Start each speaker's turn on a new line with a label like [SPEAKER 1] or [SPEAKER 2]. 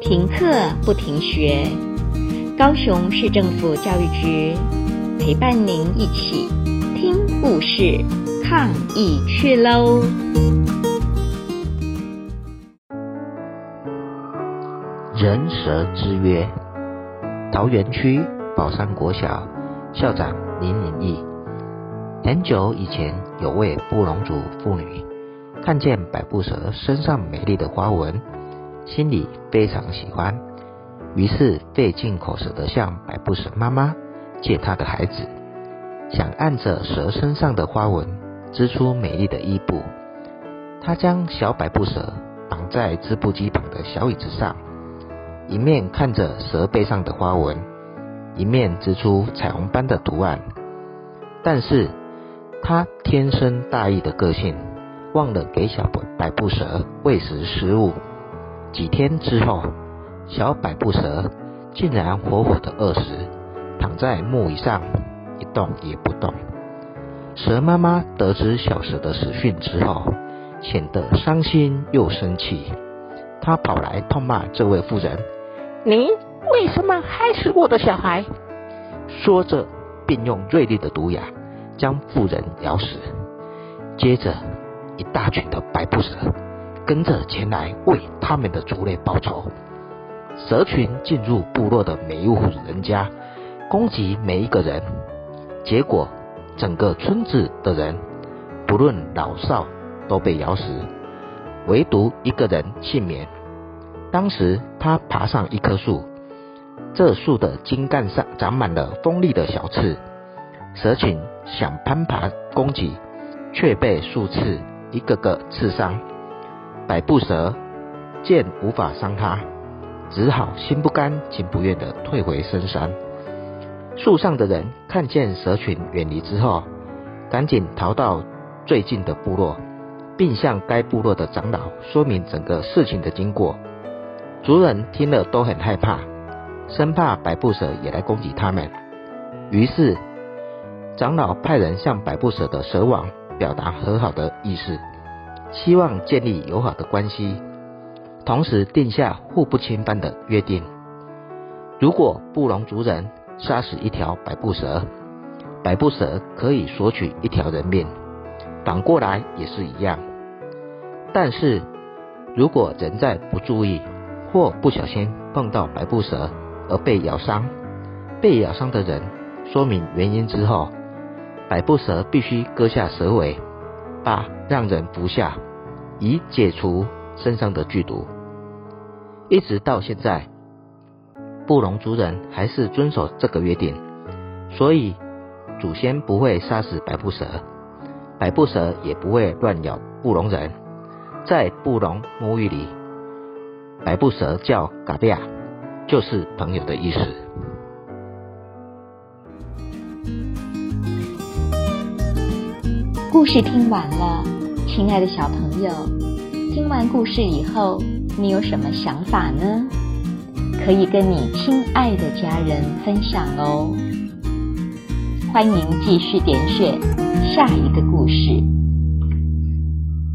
[SPEAKER 1] 停课不停学，高雄市政府教育局陪伴您一起听故事，抗疫去喽！
[SPEAKER 2] 人蛇之约。桃园区宝山国小校长林颖义，很久以前有位布农族妇女看见百步蛇身上美丽的花纹，心里非常喜欢，于是费尽口舌地向百步蛇妈妈借她的孩子，想按着蛇身上的花纹织出美丽的衣布。她将小百步蛇绑在织布机旁的小椅子上，一面看着蛇背上的花纹，一面织出彩虹般的图案。但是她天生大意的个性，忘了给小百步蛇喂食食物。几天之后，小百步蛇竟然活活的饿死，躺在木椅上一动也不动。蛇妈妈得知小蛇的死讯之后，显得伤心又生气，她跑来痛骂这位妇人：“你为什么害死我的小孩？”说着便用锐利的毒牙将妇人咬死。接着一大群的百步蛇跟着前来为他们的族类报仇。蛇群进入部落的每一户人家，攻击每一个人，结果整个村子的人不论老少都被咬死，唯独一个人幸免。当时他爬上一棵树，这树的茎干上长满了锋利的小刺，蛇群想攀爬攻击，却被树刺一个个刺伤。百步蛇见无法伤他，只好心不甘情不愿地退回深山。树上的人看见蛇群远离之后，赶紧逃到最近的部落，并向该部落的长老说明整个事情的经过。族人听了都很害怕，生怕百步蛇也来攻击他们。于是长老派人向百步蛇的蛇王表达和好的意思，希望建立友好的关系，同时定下互不侵犯的约定。如果布农族人杀死一条百步蛇，百步蛇可以索取一条人命，反过来也是一样。但是如果人在不注意或不小心碰到百步蛇而被咬伤，被咬伤的人说明原因之后，百步蛇必须割下蛇尾，让人服下，以解除身上的剧毒。一直到现在，布农族人还是遵守这个约定，所以祖先不会杀死百步蛇，百步蛇也不会乱咬布农人。在布农母语里，百步蛇叫嘎比亚，就是朋友的意思。
[SPEAKER 1] 故事听完了，亲爱的小朋友，听完故事以后，你有什么想法呢？可以跟你亲爱的家人分享哦。欢迎继续点选下一个故事。